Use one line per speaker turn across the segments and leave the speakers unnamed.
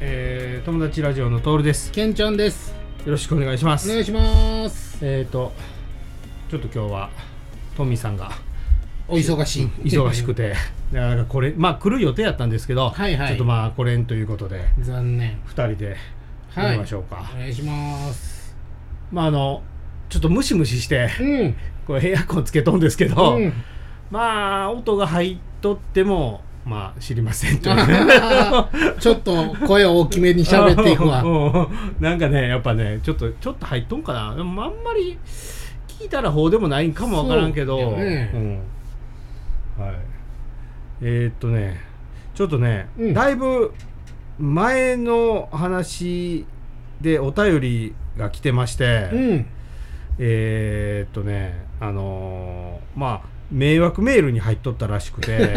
友達ラジオのトールです。
ケンちゃんです。
よろしくお願いします。
お願いします。
ちょっと今日はトミーさんが
お忙しい、
忙しくてだからこれ来る予定やったんですけど、
はいはい、
ちょっと来れんということで
残念。
2人でやりましょうか。
はい、お願いします。
ちょっとムシムシして、これエアコンつけとんですけど、音が入っとっても知りませんと
ちょっと声を大きめに喋っていくわ
なんかね、やっぱねちょっと入っとんかな。でもあんまり聞いたらほうでもないんかもわからんけど、はい、ちょっとね、だいぶ前の話でお便りが来てまして、迷惑メールに入っとったらしくて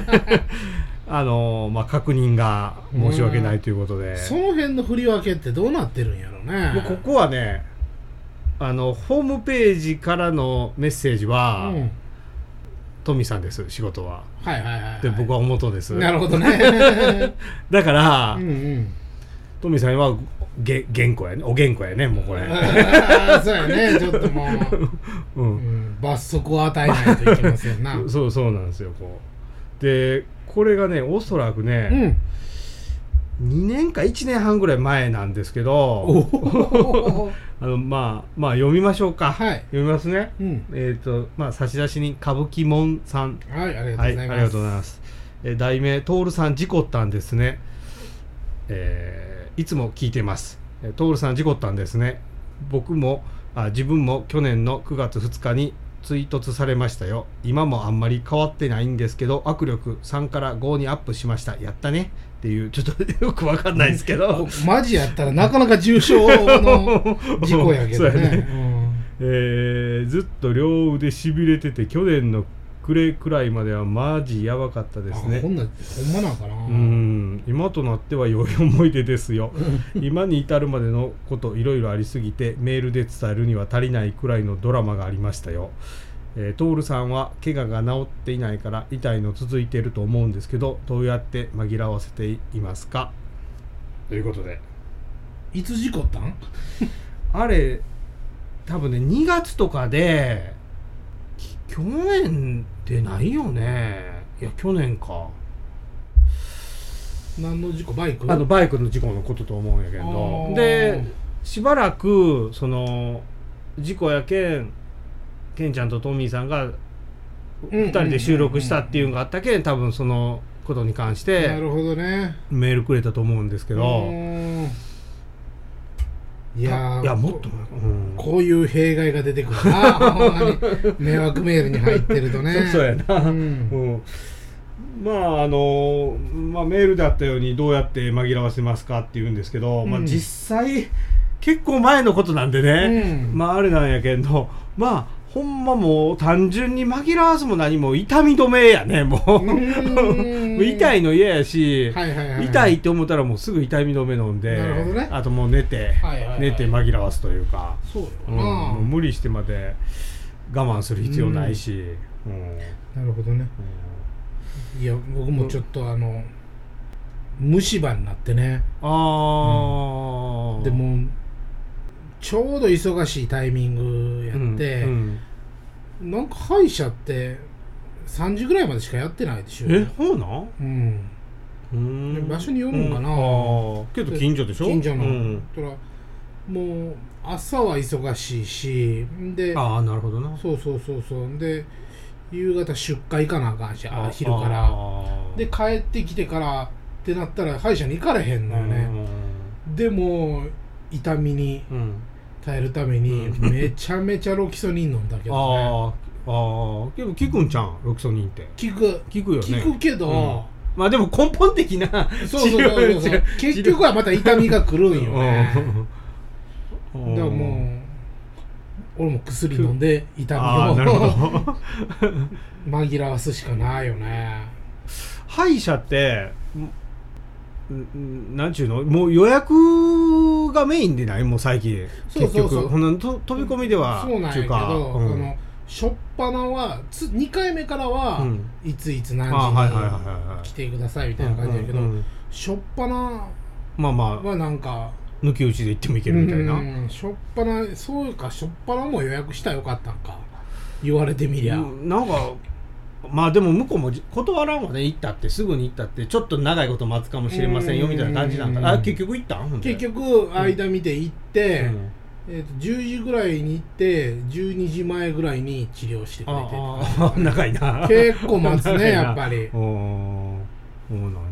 確認が申し訳ないということで、
その辺の振り分けってどうなってるんやろね。
もうここはね、ホームページからのメッセージは、トミさんです、仕事は。で僕は表です。
なるほどね
だから、トミさんは原稿やね、お原稿やね、もうこれ
そうやね、ちょっともう、罰則を与えないといけませんな
そうなんですよ。こうでこれがね、おそらくね、2年か1年半ぐらい前なんですけど読みましょうか。読みますね。差出人歌舞伎門さん、
ありがとうございます。
ありがとうございます。題名、トールさん事故ったんですね。いつも聞いてます。トールさん事故ったんですね。自分も去年の9月2日に追突されましたよ。今もあんまり変わってないんですけど、握力3から5にアップしました。やったねっていう、ちょっとよくわかんないですけど
マジやったらなかなか重傷の事故やけどね
ずっと両腕しびれてて、去年の暮れくらいまではマジやばかったですね。
ほんまなんかな。
今となっては良い思い出ですよ今に至るまでのこといろいろありすぎて、メールで伝えるには足りないくらいのドラマがありましたよ。トールさんは怪我が治っていないから痛いの続いていると思うんですけど、どうやって紛らわせていますか、ということで。
いつ事故ったん
あれ多分ね、2月とかで、去年でないよね。いや去年か。
何の事故？バイク？
バイクの事故のことと思うんやけど、でしばらくその事故やケンちゃんとトミーさんが2人で収録したっていうのがあったけん、多分そのことに関して
なるほどね、
メールくれたと思うんですけど、
いや
もっと、
こういう弊害が出てくるなほんまに迷惑メールに入ってるとね
そうやな、メールであったようにどうやって紛らわせますかっていうんですけど、実際結構前のことなんでね、あれなんやけど、ほんまもう単純に紛らわすも何も痛み止めやね。もう痛いの嫌やし、痛いって思ったらもうすぐ痛み止め飲んで、あともう寝て紛らわすというか、もう無理してまで我慢する必要ないし、
なるほどね。いや僕もちょっと虫歯になってね、でもちょうど忙しいタイミングやって、なんか歯医者って3時ぐらいまでしかやってないでしょ。
そうなん？
場所によるんかな。
けど近所でしょ。
近所の、だからもう朝は忙しいし、で
なるほどな。
そうで夕方出荷行かなあかんし、昼からで帰ってきてからってなったら歯医者に行かれへんのよね。でも痛みに耐えるためにめちゃめちゃロキソニン飲んだけどね。
けど効くんちゃん、ロキソニンって。
効くよね。効くけど、
でも根本的な
そう結局はまた痛みがくるんよねだからもう俺も薬飲んで痛みを紛らわすしかないよね。
歯医者ってなんちゅうの、もう予約がメインでない？もう最近結局飛び込みでは
そうなんやけど、しょっぱなは2回目からはいついつ何時に来てくださいみたいな感じだけど、しょっぱな
まあまあ
なんか
抜き打ちで行ってもいけるみたいな。
しょっぱなそうかしょっぱなも予約したらよかったんか言われてみりゃ、
なんかまあでも向こうも断らんわね、行ったってすぐに行ったってちょっと長いこと待つかもしれませんよみたいな感じなんだ。結局行ったん？
結局間見て行って、10時ぐらいに行って12時前ぐらいに治療してくれて
長いな。
結構待つねやっぱり。
そうなんだ。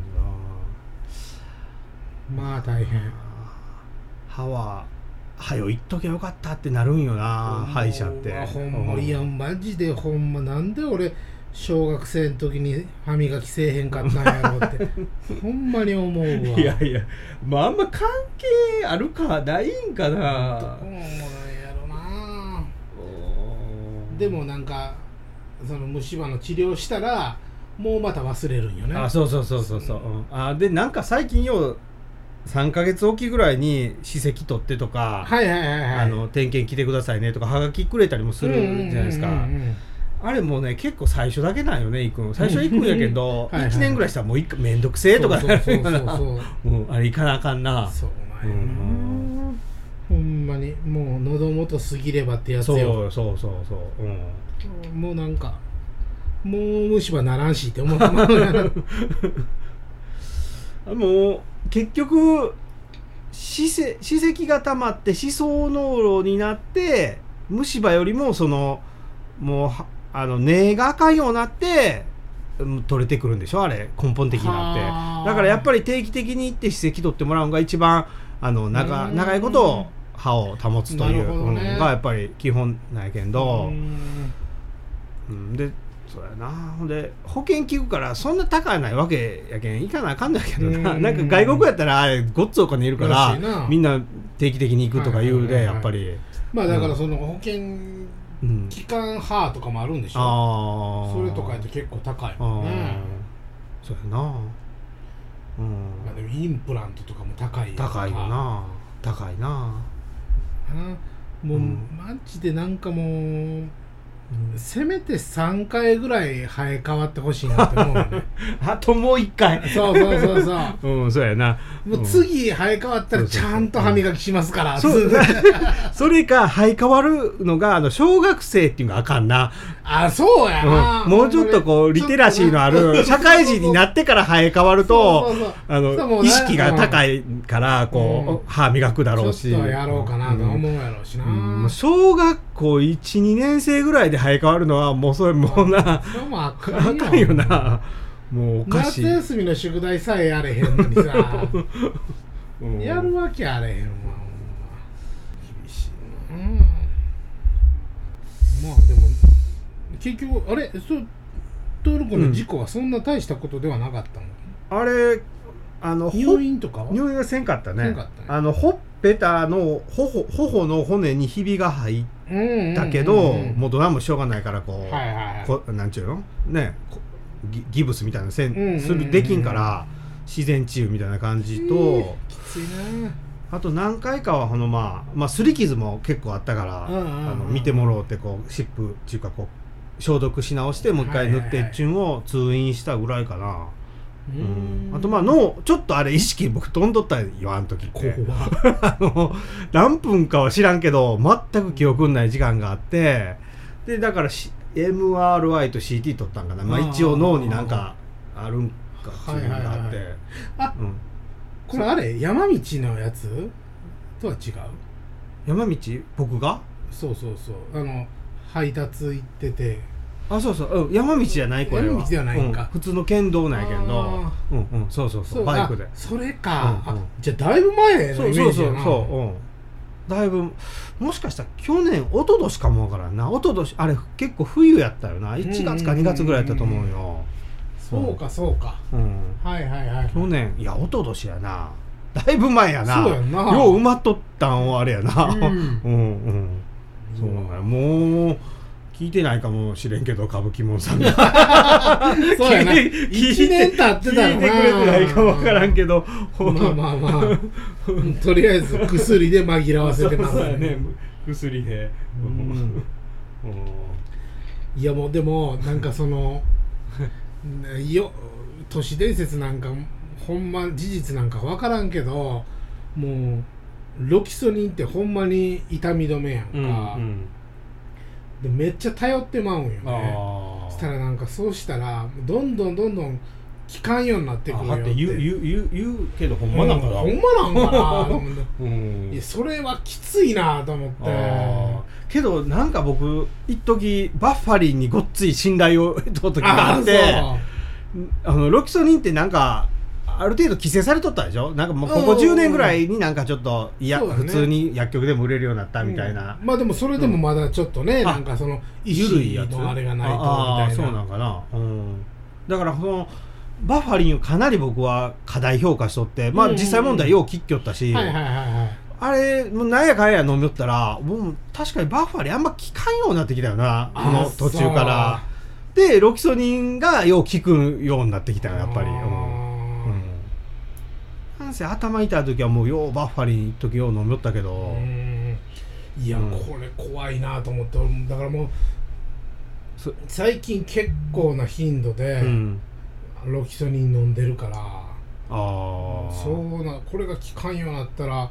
まあ大変。
歯ははよ行っときゃよかったってなるんよな、歯医者って。
ほんまいやマジでほんまなんで俺小学生の時に歯磨きせえへんかったんやろってほんまに思うわ。
いやいや、まああんま関係あるかないんかな。
どうもなんやろな。でもなんかその虫歯の治療したらもうまた忘れるんよね。
そう、でなんか最近よう3ヶ月おきぐらいに歯石取ってとか、点検来てくださいねとかはがきくれたりもするじゃないですか。あれもね結構最初だけなんよね、最初は行くんやけど1年ぐらいしたらもうめんどくせえとかなるよな。あれ行かなあかんな。
そうなんやな、ほんまにもう喉元過ぎればってやつよ。そう、もうなんかもう虫歯ならんしって思っても
う結局歯石が溜まって歯槽膿漏になって虫歯よりももう根があかんようになって取れてくるんでしょ、あれ根本的になって。だからやっぱり定期的に行って歯石取ってもらうのが一番長いこと歯を保つというのがやっぱり基本なんやけど、でそうやな。ほんで保険聞くからそんな高いないわけやけん行かなあかんだけどな。なんか外国やったらあれごっつお金いるからみんな定期的に行くとか言うで、やっぱり
まあだからその保険期間歯とかもあるんでしょ。それとかやと結構高いもんね。
そうやな。
まあでもインプラントとかも高いよ
な。高いな。
もうマジでなんかもうせめて3回ぐらい生え変わってほしいなって思うよね。
あともう1回。
そう
そうやな。
もう次生え変わったらちゃんと歯磨きしますから。
それか生え変わるのが小学生っていうのがあかんな。
そうやな、
もうちょっとリテラシーのある社会人になってから生え変わると意識が高いから歯磨くだろうし、
ちょっとやろうかなと思うやろうしな。
小学校 1,2 年生ぐらいで生え変わるのはもうそれもうな
あか
んよな。もうおかしい。
夏休みの宿題さえやれへんのにさやるわけあれへんわ。厳しいな。まあでも結局あれトルコの事故はそんな大したことではなかったの？
あれ
入院とかは？
入院はせんかったね。ほっぺたの頬の骨にひびが入ったけど、もうどうもしょうがないからなんちゅうのね、ギブスみたいなせんするできんから自然治癒みたいな感じと、
きついな。
あと何回かはまあ擦り傷も結構あったから見てもろうって湿布っていうか消毒し直してもう一回塗ってっちゅうのを通院したぐらいかな。あと脳ちょっとあれ意識僕飛んどったよあの時って何分かは知らんけど全く記憶ない時間があって、でだから、MRI と CT 取ったんかな。一応脳になんかあるんかっていうのがあって、
これあれ山道のやつとは違う？
山道僕が
そう配達行ってて、
そう山道じゃないこれは。
山道ではないんか、
普通の県道なんやけど、そうバイクで。
それか、じゃあだいぶ前のイメージやな。
だいぶもしかしたら去年一昨年かもわからんな。一昨年あれ結構冬やったよな。1月か2月ぐらいやったと思うよ。
そうかはい
去年一昨年やな。だいぶ前やな。
そうやな。
よう埋まっとったんはあれやな。そうなんや。もう聞いてないかもしれんけど歌舞伎もんさんが
そうやな。1年経ってたらな。聞いてく
れてないか分からんけど、
まあとりあえず薬で紛らわせてます
ね。薬で。
いやもうでもなんか都市伝説なんかほんま事実なんか分からんけどもうロキソニンってほんまに痛み止めやんか、でめっちゃ頼ってまうんよね。したらなんかそうしたらどんどん効かんようになってくるよって
言うけどほんまなんかな、
ほんまなんかないやそれはきついなと思って。
けどなんか僕一時バッファリンにごっつい信頼を得た時があって、ロキソニンってなんかある程度規制されとったでしょ。なんかもうここ10年ぐらいになんかちょっと普通に薬局でも売れるようになったみたいな、
まあでもそれでもまだちょっとね、なんかその
緩いやつ
のあれがないとみたいな。
そうなんかな、だからそのバッファリンをかなり僕は過大評価しとって、まあ実際問題よう聞きよったし、あれもうなんやかんや飲みよったらもう確かにバッファリンあんま効かんようになってきたよな、この途中から。でロキソニンがよう効くようになってきたよやっぱり。なんせ頭痛い時はもうようバッファリン一時よう飲みよったけど、
いや、これ怖いなと思って、だからもう最近結構な頻度でロキソニン飲んでるから、そうなこれが効かんようになったら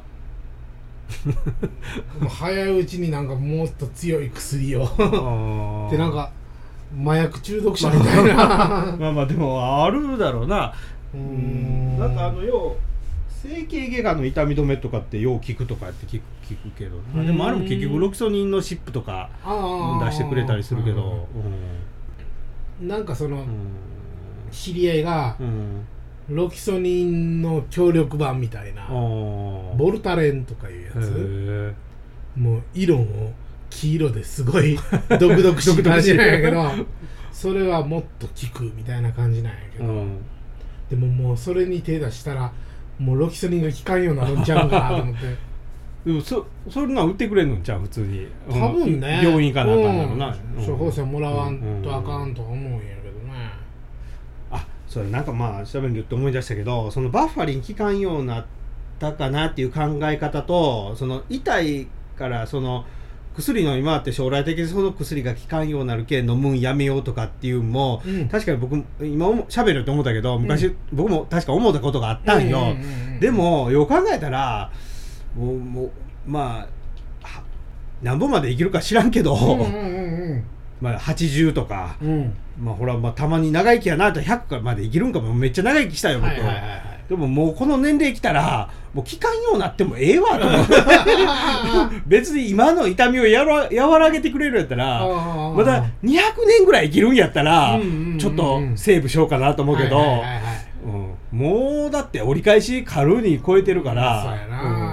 もう早いうちになんかもっと強い薬をでなんか麻薬中毒者みたいな
まあでもあるだろうな。なんかよう整形外科の痛み止めとかってよう効くとかって聞くけど、でもあれも結局ロキソニンのシップとか出してくれたりするけど、
なんかその知り合いがロキソニンの強力版みたいなボルタレンとかいうやつ、もう色も黄色ですごいドクドクしい感じなんやけどそれはもっと効くみたいな感じなんやけど、でももうそれに手出したらもうロキソニンが効かんようになるんちゃうんかなと思って
でもそんなん売ってくれんのんちゃう普通に。
多分ね
病院かなんかなのな、
処方箋もらわんとあかんとは思うんやけどね。
それなんかまあ調べるって思い出したけど、そのバッファリン効かんようになったかなっていう考え方と、その痛いからその薬の今って将来的にその薬が効かんようになるけん飲むんやめようとかっていうのも、確かに僕今喋るって思ったけど昔、僕も確か思ったことがあったんよ。でもよう考えたらもうまあ何本まで生きるか知らんけど、まあ80とか、まあほらまあたまに長生きやなと100まで生きるんかも、めっちゃ長生きしたよ僕。でももうこの年齢来たらもう効かんようになってもええわと思って別に今の痛みを和らげてくれるやったらまだ200年ぐらい生きるんやったらちょっとセーブしようかなと思うけど、もうだって折り返し軽に超えてるから、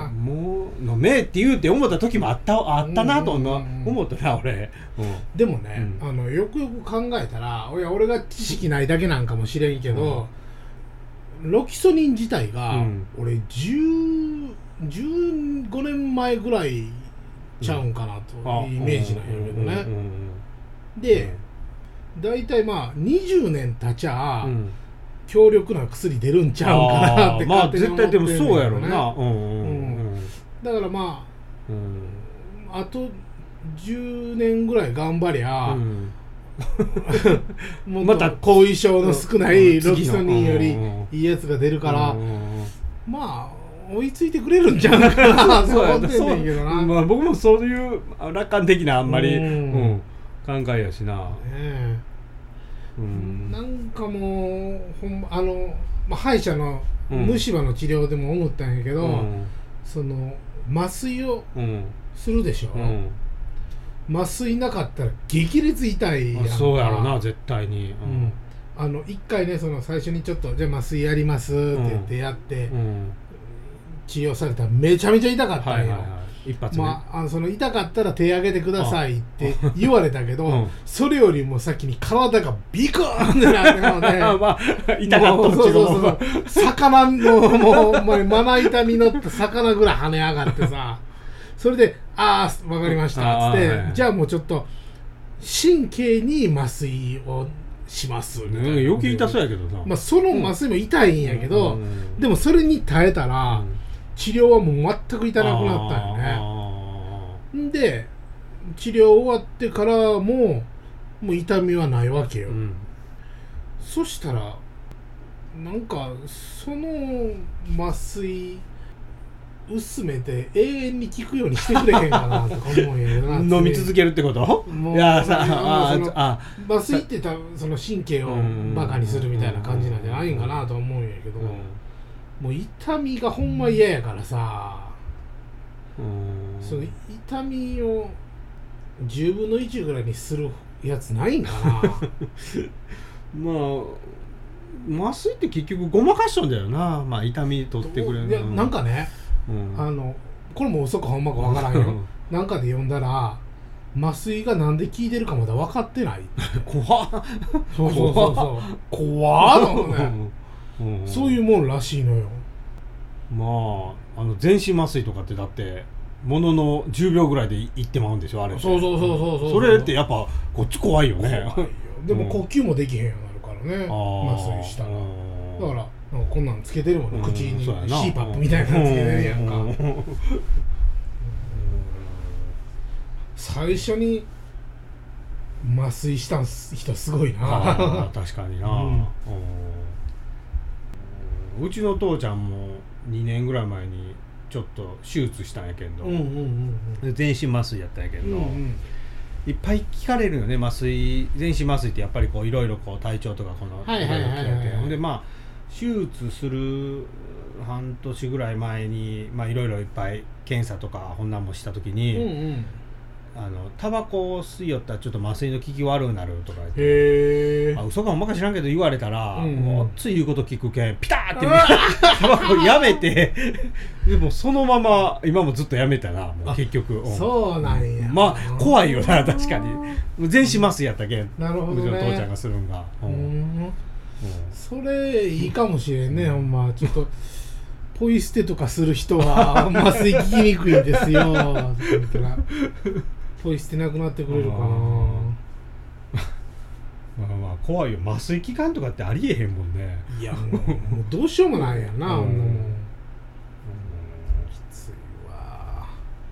もう飲めって言うて思った時もあったなと思ったな俺。
でもね、よくよく考えたら俺が知識ないだけなんかもしれんけど、ロキソニン自体が、俺15年前ぐらいちゃうんかなというイメージなんやけどね。でだいたいまあ20年経ちゃ強力な薬出るんちゃうんかなって
まあ絶対でもそうやろうな。
だからまああと10年ぐらい頑張りゃまた後遺症の少ないロキソニンよりいいやつが出るからまあ追いついてくれるんちゃうかなと思ってんねんけどな。
まあ僕もそういう楽観的なあんまり考えやしな。
なんかもう歯医者の虫歯の治療でも思ったんやけど、その麻酔をするでしょ。麻酔なかったら激烈痛いやんか。
そうやろな絶対に。
一回ねその最初にちょっとじゃあ麻酔やりますって言ってやって、治療されたらめちゃめちゃ痛かったんよ。
一発目、
その痛かったら手挙げてくださいって言われたけど、それよりも先に体がビクーンってなってもね
まあ痛かった
そう魚のもうまな板に乗った魚ぐらい跳ね上がってさそれでわかりましたっつって、じゃあもうちょっと神経に麻酔をしますみたいな、
余計痛そうやけどな。
まあその麻酔も痛いんやけど、でもそれに耐えたら、治療はもう全く痛なくなったよね。で治療終わってからもう痛みはないわけよ。そしたらなんかその麻酔薄めて永遠に効くようにしてくれへんかなとか思うんやけどな
飲み続けるってこと？
もう
いやさ
麻酔って多分その神経をバカにするみたいな感じなんじゃないんかなと思うんやけど、もう痛みがほんま嫌やからさ、その痛みを10分の1ぐらいにするやつないんかな
まあ麻酔って結局ごまかしとんだよな、まあ、痛み取ってくれる。
いやなんかね、これも嘘かほんまかわからんよなんかで読んだら麻酔がなんで効いてるかまだ分かってない
怖っ
そう怖っと思うねそういうもんらしいのよ。
まあ全身麻酔とかってだってものの10秒ぐらいでいってまうんでしょあれって。
そう
それってやっぱこっち怖いよね。
怖いよ。でも呼吸もできへんようになるからね、麻酔したら。だからなんかこんなんつけてるもんね、口に CPAP みたいなのつけてるやんか。最初に麻酔した人すごいな
確かにな、うちの父ちゃんも2年ぐらい前にちょっと手術したんやけど、全身麻酔やったんやけど、いっぱい聞かれるよね、全身麻酔ってやっぱりこういろいろこう体調とかこのいろいろ聞かれて、でまあ手術する半年ぐらい前にまあいろいろいっぱい検査とかこんなんもした時に、タバコを吸いよったらちょっと麻酔の効き悪くなるとか言って、嘘かほんまか知らんけど言われたら、もうつい言うこと聞くけんピターってタバコやめてでもそのまま今もずっとやめたな、もう結局。
そうなんや。
まあ怖いよな確かに。全身麻酔やったけん。
なるほどね。
うちの父ちゃんがするんが。
それいいかもしれんね。ほんまちょっとポイ捨てとかする人は麻酔効きにくいんですよって言ったらポイ捨てなくなってくれるかな。ま
あ怖いよ、麻酔期間とかってありえへんもんね。
いやもうどうしようもないやんな、きついわ。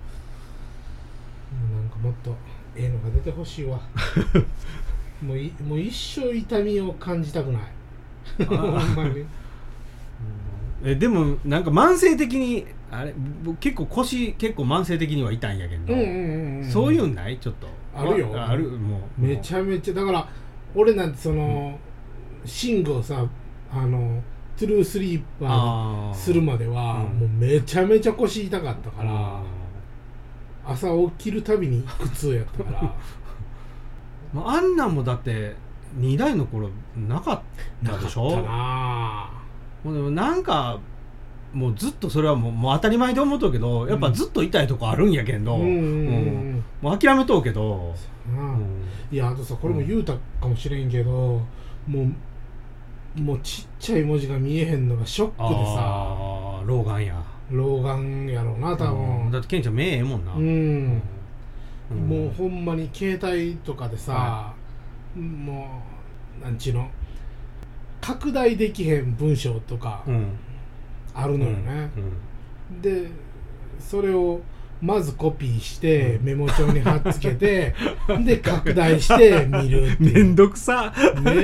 なんかもっとええのが出てほしいわもう一生痛みを感じたくないほんまに。
でもなんか慢性的にあれ結構腰結構慢性的には痛いんやけど、そういうんない？ちょっと
あるよ。
ある。もう
めちゃめちゃだから俺なんてその寝具をさトゥルースリーパーするまではもうめちゃめちゃ腰痛かったから、朝起きるたびに苦痛やったから
あんなんもだって2代の頃なかったでしょ。
なかったな。
もうでもなんかもうずっとそれはもう当たり前で思うとうけど、やっぱずっと痛いとこあるんやけど、もう諦めとうけど、
いやあとさこれも言うたかもしれんけど、もうちっちゃい文字が見えへんのがショックでさ。
老眼や
ろうな多分。
だってケンちゃん目ええもんな。
もうほんまに携帯とかでさ、もうなんちゅうの拡大できへん文章とかあるのよね、でそれをまずコピーしてメモ帳に貼っつけてで拡大して見るっていう。
めんどくさ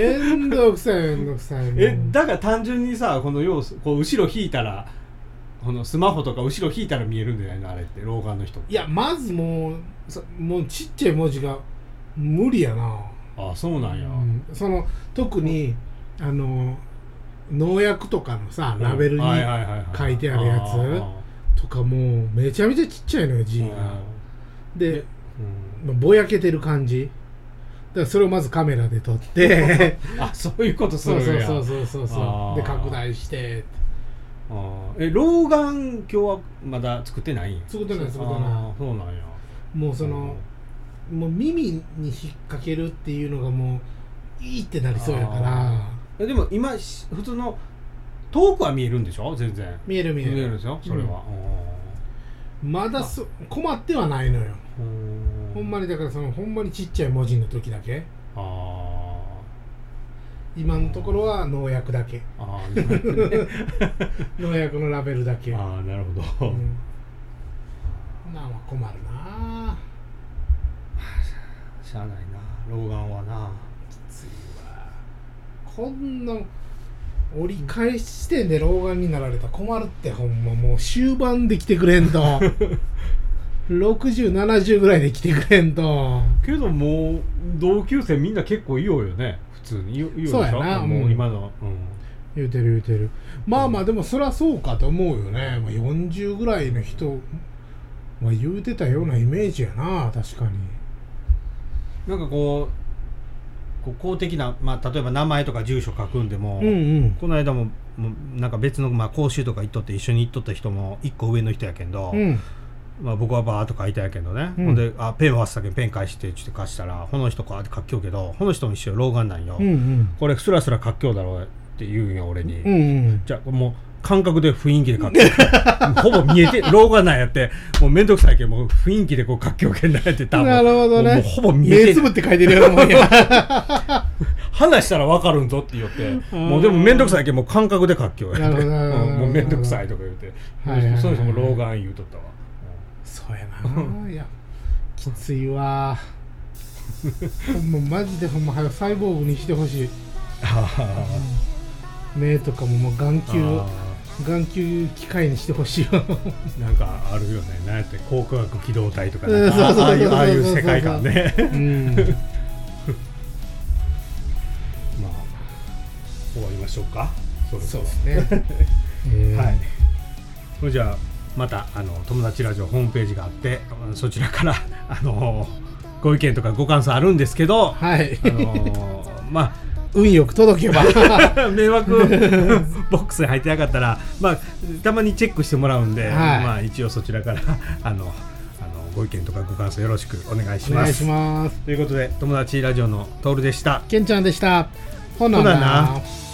い
だから単純にさこの要素こう後ろ引いたらこのスマホとか後ろ引いたら見えるんじゃないのあれって老眼の人。
いやまずもうちっちゃい文字が無理やな。
あ、そうなんや、
その特に農薬とかのさラベルに書いてあるやつとかもうめちゃめちゃちっちゃいのよ字が。で、ぼやけてる感じだからそれをまずカメラで撮って
あ、そういうことするんや。
そうで拡大して
老眼今日はまだ作ってないん？
作ってない。
そうなんや。
もうそのもう耳に引っ掛けるっていうのがもういいってなりそうやから。
でも今普通の遠くは見えるんでしょ？全然
見える
でしょそれは、
まだ困ってはないのよ。ほんまにだからそのほんまにちっちゃい文字の時だけ。今のところは農薬だけ。農薬のラベルだけ。
なるほど。
なんは困るな。
しゃあないな、老眼はな。
きついわ。こんな折り返し地点で老眼になられたら困るって。ほんまもう終盤で来てくれんと60、70ぐらいで来てくれんと。
けどもう同級生みんな結構言おうよね、普通に言うでしょ。
そうやな、
もう今の、
言うてる。まあまあでもそりゃそうかと思うよね。まあ、40ぐらいの人は言うてたようなイメージやな。確かに
なんかこう公的な、まあ、例えば名前とか住所書くんでも、この間もなんか別の、まあ、講習とか行っとって一緒に行っとった人も1個上の人やけんど、まあ、僕はバーっと書いたやけどね、ほんでペン忘れたけんペン返してって貸したら、この人こうやって書きようけど、この人も一緒老眼なんよ、これスラスラ書きようだろうって言うんよ俺に、じゃあもう感覚で雰囲気で書きようほぼ見えて老眼なんやって、もうめんどくさいけんもう雰囲気でこう書きようけんなやって、多分
なるほどね、
もうほぼ見えて
目つぶって書いてるようなもんや
話したら分かるんぞって言ってもうでもめんどくさいけんもう感覚で書きようやってもうめんどくさいとか言って、そういう人も老眼言うとったわ。
そうやな。いやきついわほんまマジでほんま早くサイボーグにしてほしい目とかももう眼球機械にしてほしいよ
なんかあるよね、なんやって光化学機動隊とかなんかああいう世界観ねまあ終わりましょうか。
そうですね
はい。それじゃあまた友達ラジオホームページがあって、そちらからご意見とかご感想あるんですけど、
はい
まあ
運よく届けば
迷惑ボックスに入ってなかったら、まあたまにチェックしてもらうんで、まあ一応そちらからご意見とかご感想よろしくお願いします。お願いします。ということで友達ラジオのトールでした。
けんちゃんでした。ほなな。